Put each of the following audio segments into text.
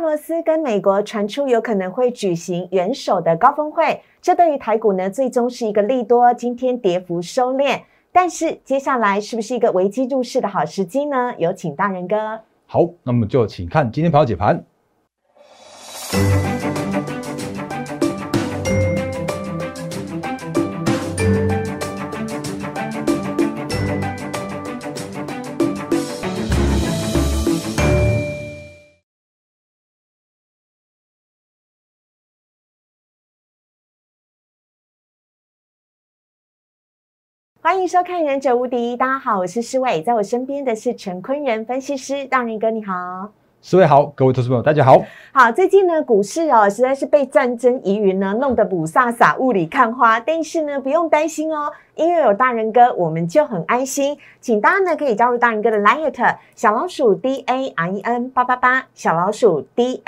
罗斯跟美国传出有可能会举行元首的高峰会，这对于台股呢最终是一个利多，今天跌幅收敛。但是接下来是不是一个危机入市的好时机呢？有请大人哥。 好，那么就请看今天盘后解盘。 欢迎收看《忍者无敌》，大家好，我是诗伟，在我身边的是陈坤仁分析师，大人哥你好。 诗伟好，各位投资朋友大家好。 好，最近呢股市实在是被战争疑云呢弄得不飒飒，雾里看花，但是呢不用担心哦，因为有大人哥我们就很安心。请大家呢可以加入大人哥的 LINE 小老鼠 DAREN888 小老鼠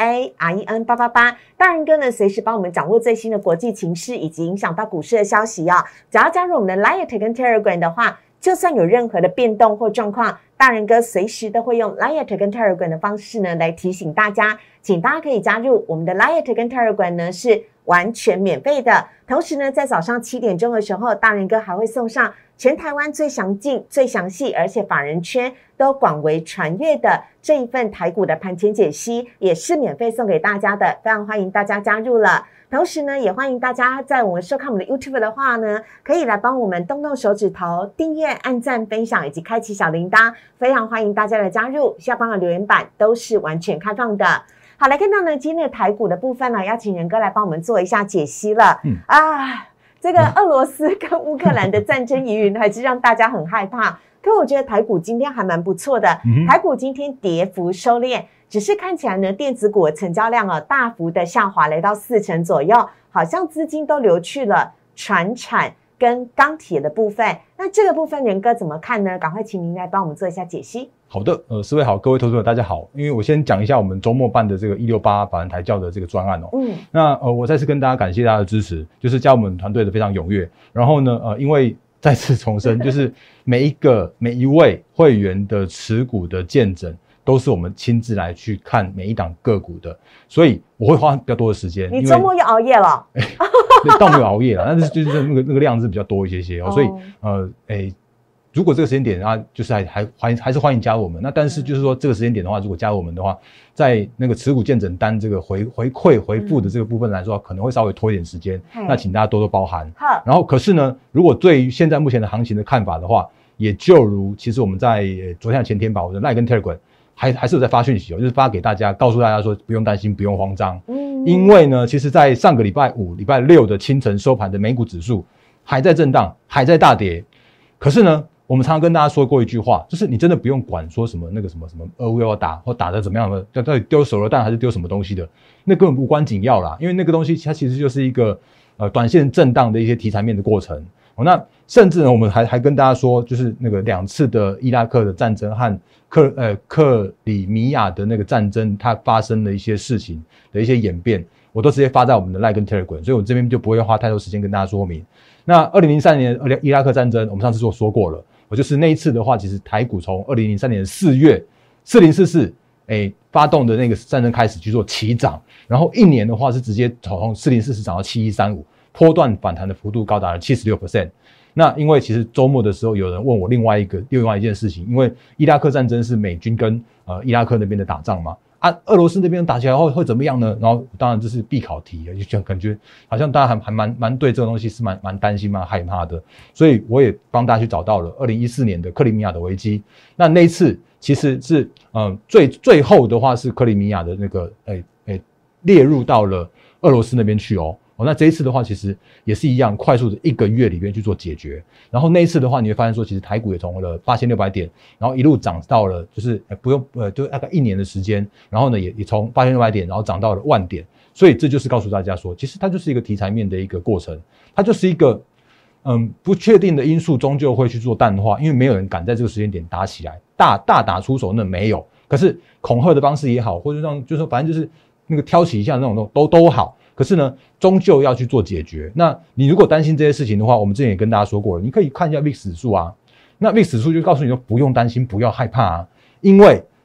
DAREN888，大人哥呢随时帮我们掌握最新的国际情势以及影响到股市的消息哦。只要加入我们的 LINE 跟 Telegram 的话，就算有任何的变动或状况，大人哥随时都会用 LINE 跟 Telegram 的方式呢来提醒大家，请大家可以加入我们的 LINE 跟 Telegram 呢是完全免费的。同时呢，在早上7点钟的时候，大人哥还会送上全台湾最详尽、最详细，而且法人圈都广为传阅的这一份台股的盘前解析，也是免费送给大家的，非常欢迎大家加入了。同时呢，也欢迎大家在我们收看我们的 YouTube 的话呢，可以来帮我们动动手指头，订阅、按赞、分享以及开启小铃铛，非常欢迎大家的加入。下方的留言板都是完全开放的。好，来看到呢今天的台股的部分呢，邀请仁哥来帮我们做一下解析了。这个俄罗斯跟乌克兰的战争疑云还是让大家很害怕。可我觉得台股今天还蛮不错的，台股今天跌幅收敛，只是看起来呢电子股的成交量大幅的下滑，来到40%左右，好像资金都流去了传产跟钢铁的部分。那这个部分仁哥怎么看呢？赶快请您来帮我们做一下解析。 好的，四位好，各位投资者大家好。因为我先讲一下我们周末办的这个168法人台教的这个专案那我再次跟大家感谢大家的支持，就是加我们团队的非常踊跃。然后呢因为再次重申，就是每一位会员的持股的见证都是我们亲自来去看每一档个股的，所以我会花比较多的时间。 你周末又熬夜了？ 倒没有熬夜了，但是就是那个量是比较多一些所以如果这个时间点就是还是欢迎加入我们。那但是就是说这个时间点的话，如果加入我们的话，在那个持股见证单这个回复的这个部分来说，可能会稍微拖一点时间，那请大家多多包涵。然后可是呢，如果对于现在目前的行情的看法的话，也就如其实我们在昨天前天吧，我的 LINE 跟 Telegram 还是有在发讯息就是发给大家，告诉大家说不用担心，不用慌张。因为呢，其实在上个礼拜5、礼拜6的清晨收盘的美股指数还在震荡，还在大跌。可是呢，我们常常跟大家说过一句话，就是你真的不用管说什么那个什么俄乌要打或打得怎么样的，到底丢手榴弹还是丢什么东西的，那根本无关紧要啦。因为那个东西它其实就是一个短线震荡的一些题材面的过程。那甚至呢，我们还跟大家说，就是那个2次的伊拉克的战争和克里米亚的那个战争，它发生的一些事情的一些演变，我都直接发在我们的 LINE 跟 Telegram， 所以我这边就不会花太多时间跟大家说明。那2003年伊拉克战争，我们上次说过了，我就是那一次的话，其实台股从2003年4月4044发动的那个战争开始去做起涨，然后1年的话是直接从4040涨到7135，波段反弹的幅度高达了 76%。那因为其实周末的时候有人问我另外一件事情，因为伊拉克战争是美军跟伊拉克那边的打仗嘛，俄罗斯那边打起来后会怎么样呢？然后当然这是必考题，就感觉好像大家还蛮对这个东西是蛮担心蛮害怕的，所以我也帮大家去找到了2014年的克里米亚的危机。那一次其实是最后的话是克里米亚的那个列入到了俄罗斯那边去那这一次的话其实也是一样，快速的1个月里面去做解决。然后那一次的话你会发现说，其实台股也从了8600点，然后一路涨到了就是就大概1年的时间，然后呢也从8600点然后涨到了10000点。所以这就是告诉大家说，其实它就是一个题材面的一个过程，它就是一个不确定的因素终究会去做淡化，因为没有人敢在这个时间点打起来，大打出手那没有。可是恐吓的方式也好，或者就是说反正就是那个挑起一下那种都好。可是呢，终究要去做解决。那你如果担心这些事情的话，我们之前也跟大家说过了，你可以看一下 VIX 指数啊。那 VIX 指数就告诉你说，不用担心，不要害怕啊，因为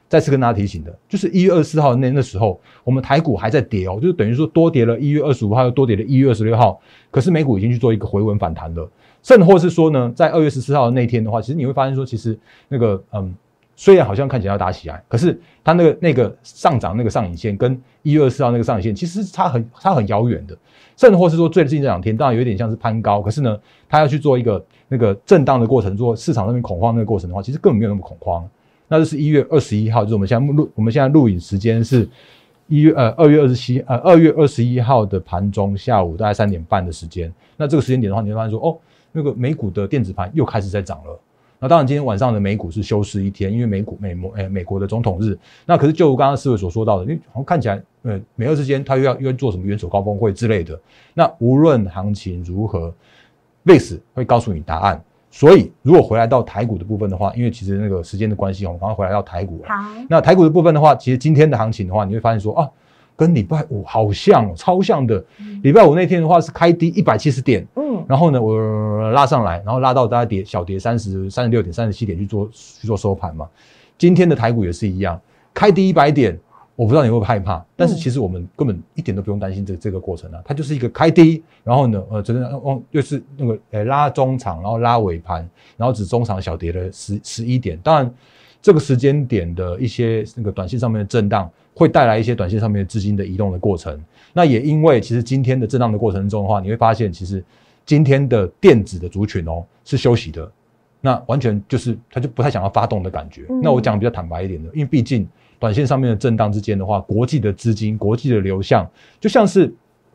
再次跟大家提醒的，就是1月24号那时候，我们台股还在跌就是等于说多跌了1月25号，又多跌了1月26号，可是美股已经去做一个回稳反弹了。甚或是说呢，在2月14号的那天的话，其实你会发现说，其实那个虽然好像看起来要打起来，可是它那个上涨那个上影线跟1月24号那个上影线其实是差很遥远的。甚或是说最近这2天当然有点像是攀高，可是呢，它要去做一个那个震荡的过程，做市场那边恐慌那个过程的话，其实根本没有那么恐慌。那就是1月21号，就是我们现在录影时间是2月21号的盘中下午大概3点半的时间。那这个时间点的话，你会发现说，那个美股的电子盘又开始在涨了。那当然，今天晚上的美股是休市一天，因为美国的总统日。那可是就刚刚思维所说到的，因为好像看起来，美俄之间他又要做什么元首高峰会之类的。那无论行情如何 ，VIX 会告诉你答案。所以，如果回来到台股的部分的话，因为其实那个时间的关系，我们刚刚回来到台股。 好， 那台股的部分的话，其实今天的行情的话，你会发现说跟礼拜五好像超像的。礼拜五那天的话是开低170点，然后呢我拉上来，然后拉到大概小跌36点、37点去做收盘嘛。今天的台股也是一样，开低100点，我不知道你会不会害怕，但是其实我们根本一点都不用担心这个过程啊，它就是一个开低，然后呢真的就是那个拉中场，然后拉尾盘，然后只中场小跌了11点。当然这个时间点的一些那个短线上面的震荡，会带来一些短线上面的资金的移动的过程。那也因为其实今天的震荡的过程中的话，你会发现其实今天的电子的族群是休息的，那完全就是它就不太想要发动的感觉。那我讲比较坦白一点的，因为毕竟短线上面的震荡之间的话，国际的资金、国际的流向，就像是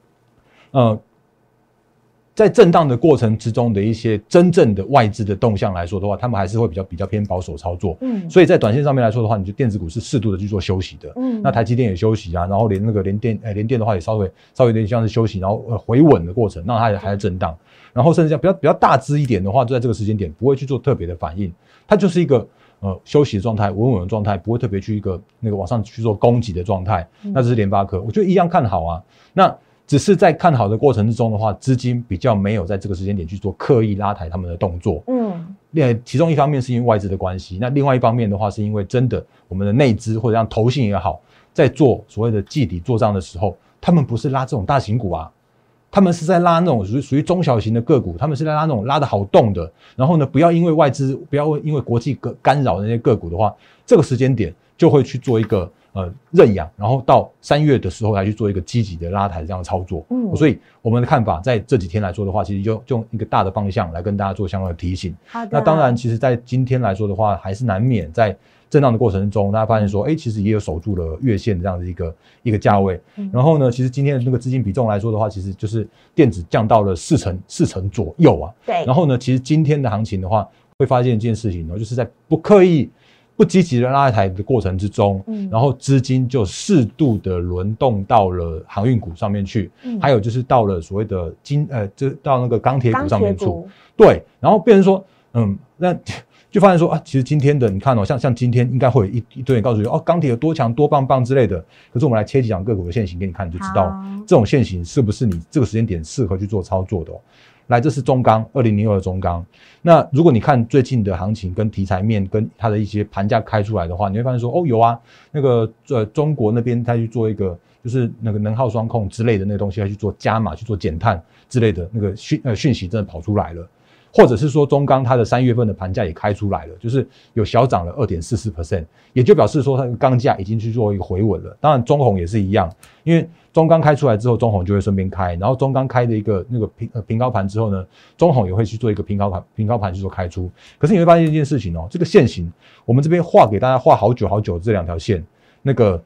在震荡的过程之中的一些真正的外资的动向来说的话，他们还是会比较偏保守操作。所以在短线上面来说的话，你就电子股是适度的去做休息的。那台积电也休息啊，然后连那个联电的话也稍微有点像是休息，然后回稳的过程，那它也还在震荡。然后甚至比较大支一点的话，就在这个时间点不会去做特别的反应，它就是一个休息的状态，稳的状态，不会特别去一个那个往上去做攻击的状态。那这是联发科，我觉得一样看好啊。那只是在看好的过程之中的话，资金比较没有在这个时间点去做刻意拉抬他们的动作。其中一方面是因为外资的关系，那另外一方面的话是因为真的我们的内资或者像投信也好，在做所谓的季底做账的时候，他们不是拉这种大型股啊，他们是在拉那种属于中小型的个股，他们是在拉那种拉得好动的。然后呢，不要因为外资，不要因为国际干扰的那些个股的话，这个时间点就会去做一个认养，然后到3月的时候来去做一个积极的拉抬这样的操作。所以我们的看法在这几天来说的话，其实就用一个大的方向来跟大家做相关的提醒。那当然其实在今天来说的话，还是难免在震荡的过程中，大家发现说其实也有守住了月线这样的一个价位。然后呢，其实今天的那个资金比重来说的话，其实就是电子降到了4成左右啊。 对。 然后呢，其实今天的行情的话，会发现一件事情就是在不积极的拉抬的过程之中，然后资金就适度的轮动到了航运股上面去，还有就是到了所谓的就到那个钢铁股上面去。对，然后变成说，那就发现说其实今天的你看像今天应该会有一堆人告诉你钢铁有多强多棒之类的。可是我们来切几档个股的线型给你看，你就知道这种线型是不是你这个时间点适合去做操作的。来，这是中钢2006的中钢。那如果你看最近的行情跟题材面跟它的一些盘价开出来的话，你会发现说有啊，那个中国那边他去做一个就是那个能耗双控之类的那个东西，他去做加码去做减碳之类的那个讯息真的跑出来了。或者是说中钢它的3月份的盘价也开出来了，就是有小涨了 2.44%， 也就表示说它的钢价已经去做一个回稳了。当然中红也是一样，因为中钢开出来之后，中红就会顺便开，然后中钢开的一个那个平高盘之后呢，中红也会去做一个平高盘去做开出。可是你会发现一件事情这个线型我们这边画给大家画好久这2条线，那个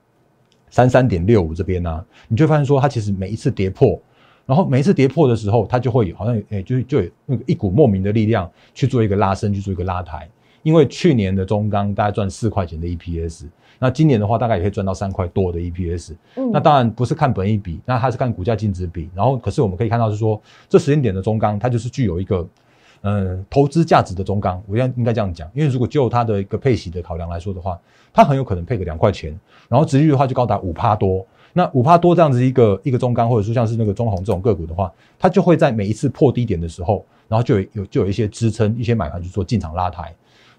33.65 这边啊，你就会发现说它其实每一次跌破，然后每一次跌破的时候，它就会好像就有那个一股莫名的力量去做一个拉升，去做一个拉抬。因为去年的中钢大概赚4块钱的 EPS， 那今年的话大概也可以赚到3块多的 EPS。那当然不是看本益比，那它是看股价净值比。然后可是我们可以看到是说，这时间点的中钢它就是具有一个投资价值的中钢，我应该这样讲。因为如果就它的一个配息的考量来说的话，它很有可能配个2块钱，然后殖利率的话就高达 5% 多。那 5% 多这样子一个中钢，或者说像是那个中红这种个股的话，它就会在每一次破低点的时候，然后就有一些支撑，一些买盘去做进场拉抬。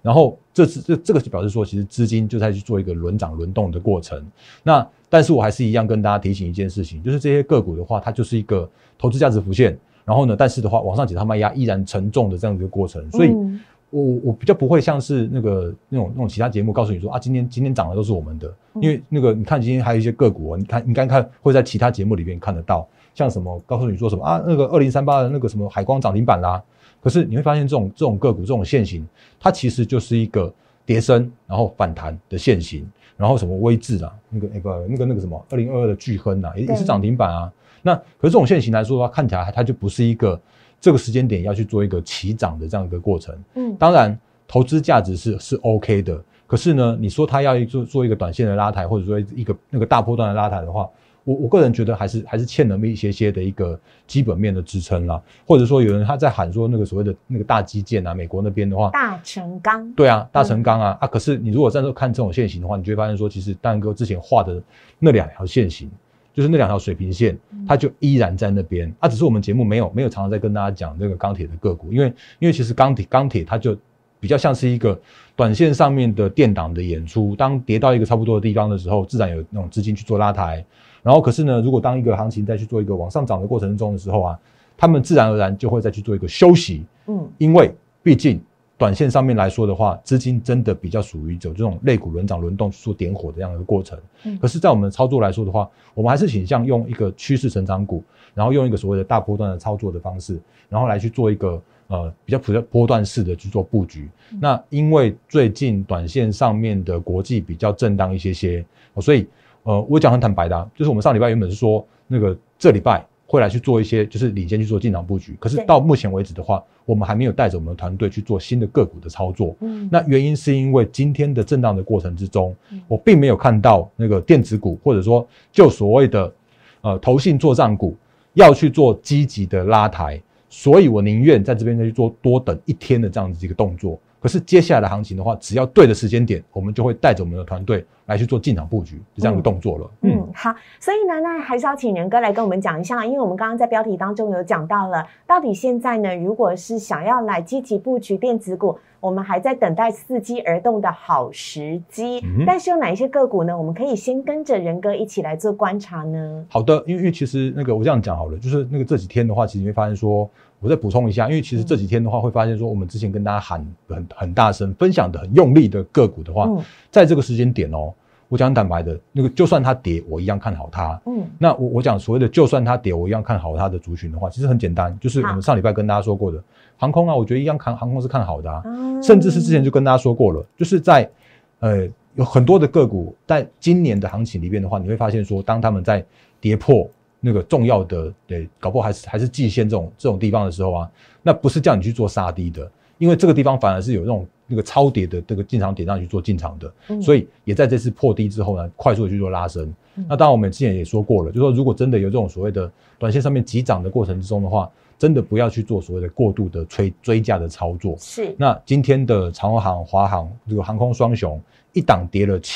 然后这个就表示说，其实资金就在去做一个轮涨轮动的过程。那但是我还是一样跟大家提醒一件事情，就是这些个股的话，它就是一个投资价值浮现，然后呢，但是的话往上解套卖压依然沉重的这样一个过程，所以我比较不会像是那种其他节目告诉你说啊，今天涨的都是我们的，因为你看今天还有一些个股，你刚看会在其他节目里面看得到，像什么告诉你说什么啊，那个2038的那个什么海光涨停板啦，可是你会发现这种个股这种线型，它其实就是一个跌升然后反弹的线型，然后什么威致啊，那个什么2022的巨亨啊，也是涨停板啊。那可是这种线型来说的话，看起来它就不是一个这个时间点要去做一个起涨的这样一个过程。当然投资价值是 OK 的，可是呢，你说它要做一个短线的拉抬，或者说一个那个大波段的拉抬的话，我个人觉得还是欠了一些的一个基本面的支撑啦，或者说有人他在喊说那个所谓的那个大基建啊，美国那边的话， 大成钢， 对啊，大成钢啊，可是你如果在这看这种线型的话，你就会发现说，其实大仁哥之前画的那2条线型，就是那2条水平线，它就依然在那边啊，只是我们节目没有常常在跟大家讲这个钢铁的个股，因为其实钢铁它就比较像是一个短线上面的垫档的演出，当跌到一个差不多的地方的时候，自然有那种资金去做拉抬。然后可是呢，如果当一个行情再去做一个往上涨的过程中的时候啊，他们自然而然就会再去做一个休息。因为毕竟短线上面来说的话，资金真的比较属于走这种类股轮涨轮动去做点火的这样一个过程。可是在我们的操作来说的话，我们还是倾向用一个趋势成长股，然后用一个所谓的大波段的操作的方式，然后来去做一个比较波段式的去做布局。那因为最近短线上面的国际比较震荡一些，所以我讲很坦白的就是我们上礼拜原本是说那个这礼拜会来去做一些就是领先去做进场布局，可是到目前为止的话，我们还没有带着我们的团队去做新的个股的操作。那原因是因为今天的震荡的过程之中，我并没有看到那个电子股或者说就所谓的投信作战股要去做积极的拉抬，所以我宁愿在这边再去做多等1天的这样子一个动作。可是接下来的行情的话，只要对的时间点，我们就会带着我们的团队来去做进场布局这样一个动作了。 好，所以呢，那还是要请仁哥来跟我们讲一下，因为我们刚刚在标题当中有讲到了，到底现在呢，如果是想要来积极布局电子股，我们还在等待伺机而动的好时机。但是有哪一些个股呢？我们可以先跟着仁哥一起来做观察呢？好的，因为其实那个我这样讲好了，就是那个这几天的话，其实你会发现说，我再补充一下，因为其实这几天的话，会发现说，我们之前跟大家喊很大声，分享的很用力的个股的话，在这个时间点我讲很坦白的，那个就算它跌，我一样看好它。那我讲所谓的就算它跌，我一样看好它的族群的话，其实很简单，就是我们上礼拜跟大家说过的航空啊，我觉得一样航空是看好的啊，甚至是之前就跟大家说过了，就是在有很多的个股在今年的行情里面的话，你会发现说，当他们在跌破那个重要的搞不好还是季线这种地方的时候啊，那不是叫你去做杀低的，因为这个地方反而是有那个超跌的这个进场点让你去做进场的，所以也在这次破低之后呢，快速的去做拉升。那当然我们之前也说过了，就是说如果真的有这种所谓的短线上面急涨的过程之中的话，真的不要去做所谓的过度的追价的操作。 是。那今天的长航、华航这个航空双雄一档跌了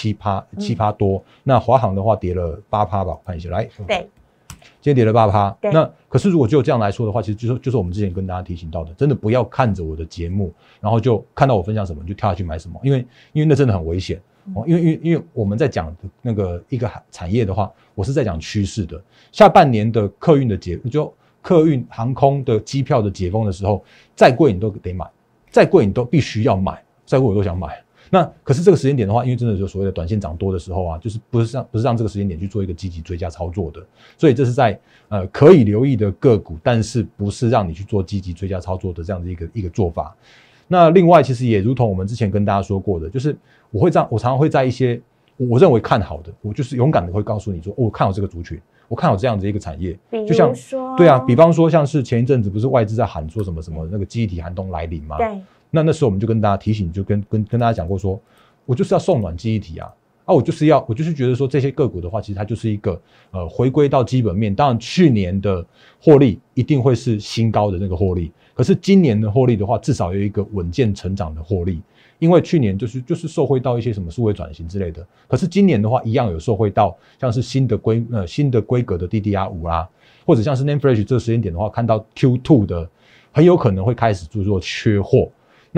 7%多，那华航的话跌了8%吧，我看一下来。 对。 今天跌了8%，那可是如果就这样来说的话，其实就是我们之前跟大家提醒到的，真的不要看着我的节目，然后就看到我分享什么你就跳下去买什么，因为那真的很危险。因为我们在讲那个一个产业的话，我是在讲趋势的。下半年的客运航空的机票的解封的时候，再贵你都得买，再贵你都必须要买，再贵我都想买。那可是这个时间点的话，因为真的就所谓的短线涨多的时候啊，就是不是让这个时间点去做一个积极追加操作的，所以这是在可以留意的个股，但是不是让你去做积极追加操作的这样的一个做法。那另外其实也如同我们之前跟大家说过的，就是我常常会在一些我认为看好的，我就是勇敢的会告诉你说，我看好这个族群，我看好这样的一个产业，就像对啊，比方说像是前一阵子不是外资在喊说什么那个记忆体寒冬来临吗？ 对。 那时候我们就跟大家提醒，就跟大家讲过说，我就是要送暖记忆体啊，我就是觉得说这些个股的话，其实它就是一个回归到基本面。当然去年的获利一定会是新高的那个获利，可是今年的获利的话，至少有一个稳健成长的获利。因为去年就是受惠到一些什么数位转型之类的，可是今年的话一样有受惠到像是新的规格的 DDR5 啦，或者像是 NAND Flash 这个时间点的话，看到 Q2 的很有可能会开始做缺货。那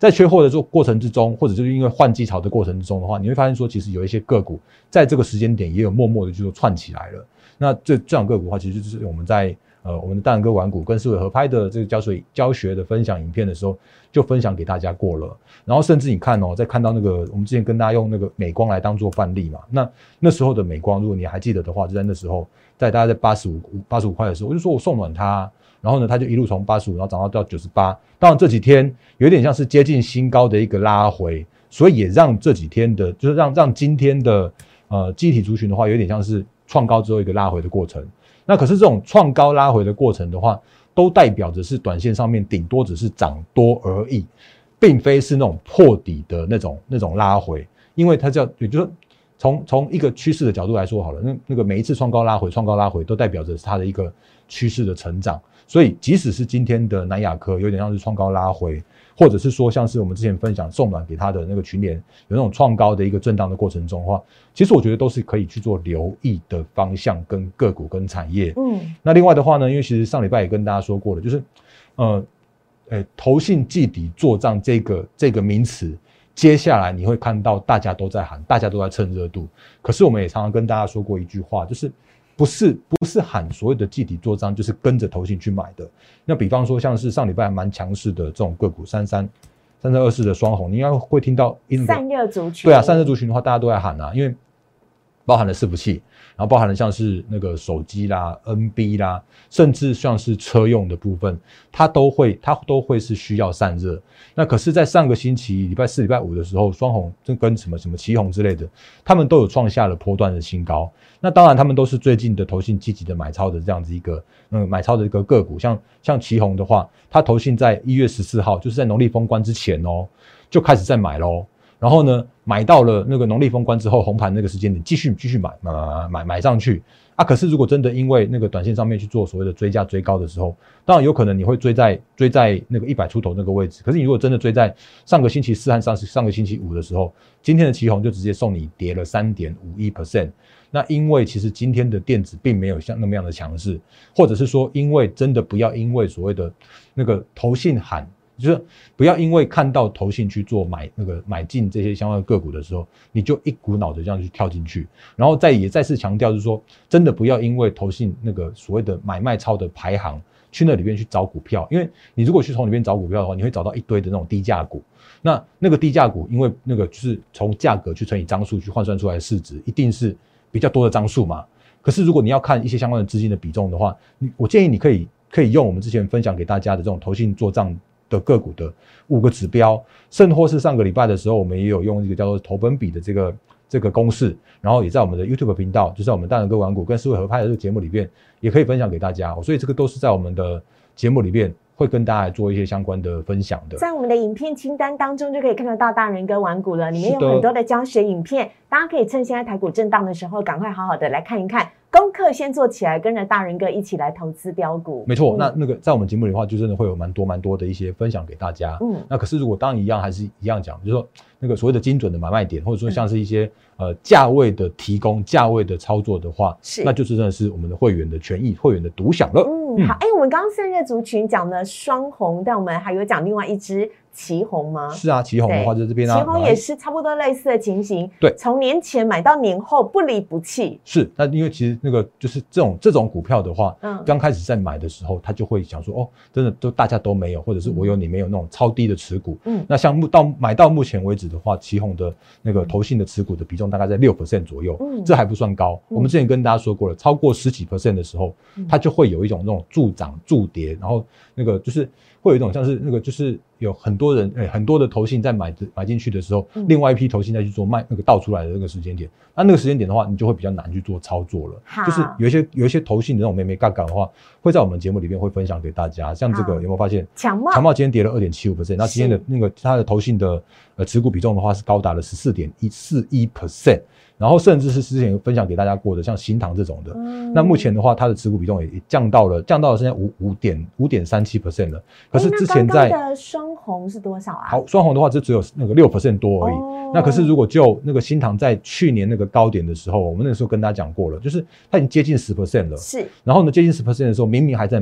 在缺货的过程之中，或者就是因为换季潮的过程之中的话，你会发现说，其实有一些个股在这个时间点也有默默的就串起来了。那这种个股的话，其实就是我们在我们的大人哥玩股跟思维合拍的这个教学的分享影片的时候，就分享给大家过了。然后甚至你看在看到那个我们之前跟大家用那个美光来当做范例嘛，那时候的美光，如果你还记得的话，就在那时候，大概在85块的时候，我就说我送暖它，然后呢，它就一路从85，然后涨到98。当然这几天有点像是接近新高的一个拉回，所以也让这几天的，就是让今天的记忆体族群的话，有点像是创高之后一个拉回的过程。那可是这种创高拉回的过程的话，都代表着是短线上面顶多只是涨多而已，并非是那种破底的那种拉回。因为它也就是从一个趋势的角度来说好了，那个每一次创高拉回都代表着它的一个趋势的成长。所以即使是今天的南亚科有点像是创高拉回，或者是说像是我们之前分享送暖给他的那个群联有那种创高的一个震荡的过程中的话，其实我觉得都是可以去做留意的方向跟个股跟产业。那另外的话呢，因为其实上礼拜也跟大家说过了，就是投信季底作账这个名词，接下来你会看到大家都在喊，大家都在蹭热度。可是我们也常常跟大家说过一句话，就是不是喊所谓的季底作账就是跟着投信去买的。那比方说像是上礼拜还蛮强势的这种个股3324的双红，你应该会听到散热族群。 对啊，散热族群的话大家都在喊啊，因为包含了伺服器，然后包含了像是那个手机啦 NB 啦，甚至像是车用的部分，它都会是需要散热。那可是在上个星期礼拜4礼拜5的时候，双红跟什么奇红之类的，他们都有创下了波段的新高。那当然他们都是最近的投信积极的买超的这样子一个买超的一个个股。像奇红的话，它投信在1月14号就是在农历封关之前就开始在买咯。然后呢，买到了那个农历封关之后，红盘那个时间点继续买上去啊。可是如果真的因为那个短线上面去做所谓的追价追高的时候，当然有可能你会追在那个100出头那个位置。可是你如果真的追在上个星期4和上个星期5的时候，今天的奇红就直接送你跌了 3.51%。那因为其实今天的电子并没有像那么样的强势，或者是说因为真的不要因为所谓的那个投信喊，就是不要因为看到投信去做买进这些相关的个股的时候，你就一股脑的这样去跳进去。然后也再次强调，就是说真的不要因为投信那个所谓的买卖超的排行去那里边去找股票，因为你如果去从里面找股票的话，你会找到一堆的那种低价股。那个低价股，因为那个就是从价格去乘以张数去换算出来的市值，一定是比较多的张数嘛。可是如果你要看一些相关的资金的比重的话，我建议你可以用我们之前分享给大家的这种投信做账的个股的5个指标，甚或是上个礼拜的时候，我们也有用一个叫做投本比的这个公式，然后也在我们的 YouTube 频道，就在我们大人哥玩股跟思维合拍的这个节目里面，也可以分享给大家。所以这个都是在我们的节目里面会跟大家来做一些相关的分享的。 在我们的影片清单当中就可以看得到大人哥玩股了，里面有很多的教学影片，大家可以趁现在台股震荡的时候，赶快好好的来看一看。功课先做起来，跟着大人哥一起来投资标股。 没错，那个在我们节目里的话，就真的会有蛮多的一些分享给大家。那可是如果当然还是一样讲，就是说那个所谓的精准的买卖点，或者说像是一些价位的提供、价位的操作的话，那就是真的是我们的会员的权益、会员的独享了。 好，我们刚刚散热族群讲了双红，但我们还有讲另外一支奇红吗？ 是啊，奇红的话在这边奇红也是差不多类似的情形。 对， 从年前买到年后不离不弃。 是，那因为其实那个就是这种股票的话，刚开始在买的时候，他就会想说，真的都大家都没有，或者是我有你没有那种超低的持股。那像买到目前为止的话，奇红的那个投信的持股的比重大概在6% 左右，这还不算高。我们之前跟大家说过了，超过10几%的时候，它就会有一种那种助涨助跌，然后那个就是会有一种像是那个就是有很多人很多的投信在买进去的时候，另外一批投信再去做卖那个倒出来的那个时间点，那个时间点的话，你就会比较难去做操作了。就是有一些投信的那种妹妹嘎嘎的话，会在我们节目里面会分享给大家。像这个有没有发现？强茂今天跌了 2.75%， 那今天的那个它的投信的持股比重的话是高达了 14.41%。然后甚至是之前分享给大家过的像新唐这种的，那目前的话它的持股比重也降到了现在 5.37% 了。可是之前在刚刚的双红是多少啊？ 好，双红的话就只有那个 6% 多而已。那可是如果就那个新唐在去年那个高点的时候，我们那个时候跟大家讲过了，就是它已经接近 10% 了。是。然后呢，接近 10% 的时候明明还在买，可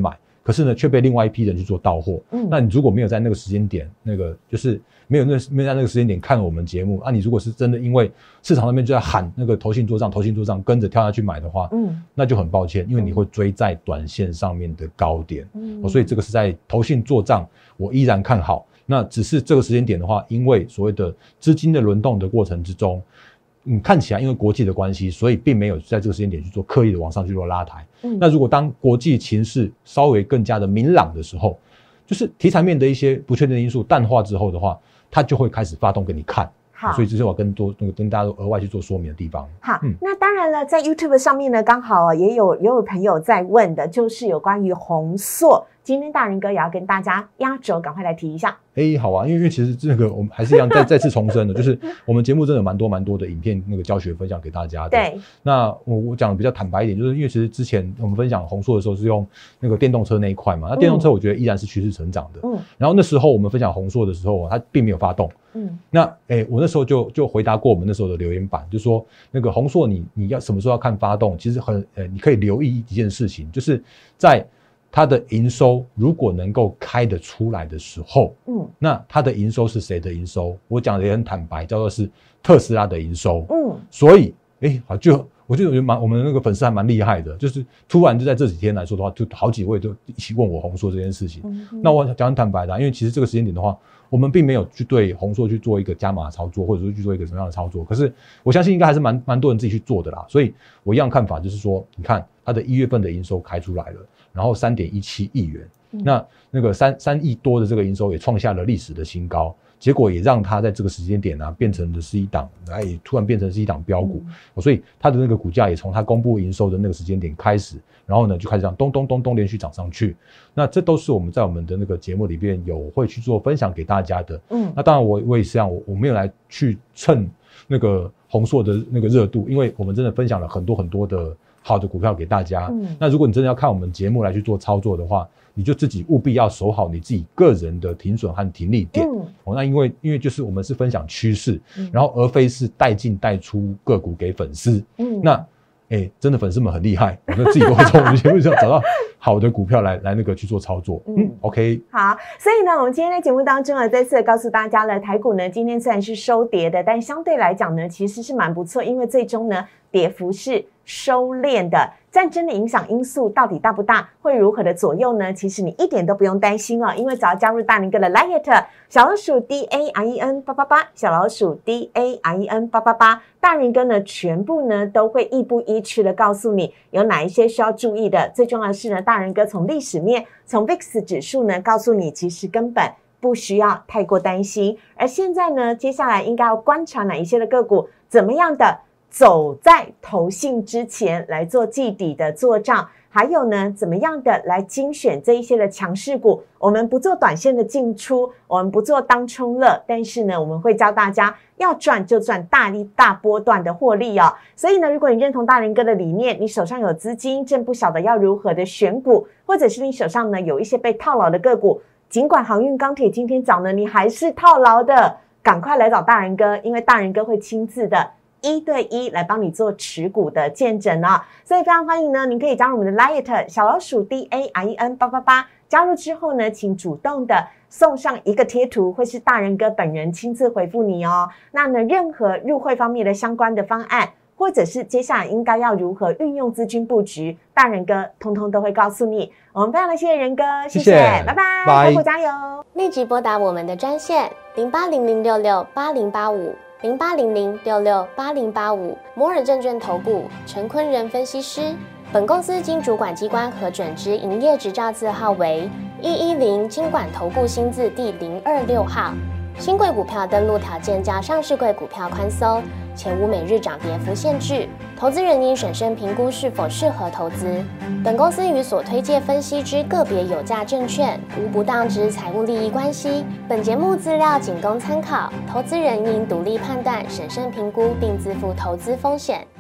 可是呢却被另外一批人去做到货。那你如果没有在那个时间点，那个就是没有在那个时间点看我们节目啊，你如果是真的因为市场那边就在喊那个投信做账跟着跳下去买的话，那就很抱歉，因为你会追在短线上面的高点。所以这个是在投信做账，我依然看好。那只是这个时间点的话，因为所谓的资金的轮动的过程之中，看起来因为国际的关系，所以并没有在这个时间点去做刻意的往上去做拉抬。那如果当国际情势稍微更加的明朗的时候，就是题材面的一些不确定的因素淡化之后的话，它就会开始发动给你看。好，所以这是我跟大家额外去做说明的地方。 好，那当然了，在 YouTube 上面呢，刚好也有朋友在问的，就是有关于宏硕。今天大人哥也要跟大家压轴，赶快来提一下。 好啊，因为其实这个我们还是一样再次重申的，就是我们节目真的有蛮多的影片那个教学分享给大家的。对，那我讲的比较坦白一点，就是因为其实之前我们分享宏硕的时候是用那个电动车那一块嘛，那电动车我觉得依然是趋势成长的。然后那时候我们分享宏硕的时候，它并没有发动。那我那时候就回答过我们那时候的留言板，就说那个宏硕你要什么时候要看发动，其实你可以留意一件事情，就是在它的营收如果能够开得出来的时候，那它的营收是谁的营收？我讲的也很坦白，叫做是特斯拉的营收。所以我觉得我们那个粉丝还蛮厉害的，就是突然就在这几天来说的话，就好几位都一起问我宏硕这件事情。那我讲很坦白的，因为其实这个时间点的话，我们并没有去对宏硕去做一个加码操作，或者说去做一个什么样的操作。可是我相信应该还是蛮多人自己去做的啦。所以我一样看法就是说，你看它的1月份的营收开出来了，然后3.17亿元，那个3亿多的这个营收也创下了历史的新高。结果也让它在这个时间点变成的是一档，突然变成是一档标股。所以它的那个股价也从它公布营收的那个时间点开始，然后呢就开始这样咚连续涨上去。那这都是我们在我们的那个节目里面有会去做分享给大家的。那当然我也是这样，我没有来去蹭那个宏硕的那个热度，因为我们真的分享了很多的好的股票给大家。那如果你真的要看我们节目来去做操作的话，你就自己务必要守好你自己个人的停损和停利点。那因为就是我们是分享趋势，然后而非是带进带出个股给粉丝。那真的粉丝们很厉害，我们自己都会从我们节目上找到好的股票来那个去做操作。OK。 好，所以呢，我们今天在节目当中再次告诉大家了，台股呢今天虽然是收跌的，但相对来讲呢，其实是蛮不错，因为最终呢跌幅是收敛的。战争的影响因素到底大不大？会如何的左右呢？其实你一点都不用担心哦，因为只要加入大林哥的 LINE 小老鼠 DAREN888 小老鼠 DAREN888，大林哥呢全部呢都会一步一趋的告诉你有哪一些需要注意的。最重要的是呢，大人哥从历史面，从 VIX 指数呢告诉你，其实根本不需要太过担心。而现在呢，接下来应该要观察哪一些的个股，怎么样的走在投信之前来做季底的做账，还有呢，怎么样的来精选这一些的强势股。我们不做短线的进出，我们不做当冲乐，但是呢，我们会教大家要赚就赚大波段的获利哦。所以呢，如果你认同大人哥的理念，你手上有资金，正不晓得要如何的选股，或者是你手上呢有一些被套牢的个股，尽管航运钢铁今天涨呢，你还是套牢的，赶快来找大人哥，因为大人哥会亲自的1对1来帮你做持股的见证啊，所以非常欢迎呢，您可以加入我们的 LINE 小老鼠 DAREN888， 加入之后呢，请主动的送上一个贴图，会是大人哥本人亲自回复你哦。那呢，任何入会方面的相关的方案，或者是接下来应该要如何运用资金布局，大人哥通通都会告诉你。我们非常的谢谢人哥，谢谢，拜拜，台股加油！ 立即拨打我们的专线0800668085。0800668085，摩尔证券投顾陈坤仁分析师。本公司经主管机关核准之营业执照字号为110金管投顾新字第026号。新贵股票登录条件较上市贵股票宽松，且无每日涨跌幅限制。投资人应审慎评估是否适合投资。本公司与所推介分析之个别有价证券无不当之财务利益关系。本节目资料仅供参考，投资人应独立判断、审慎评估并自负投资风险。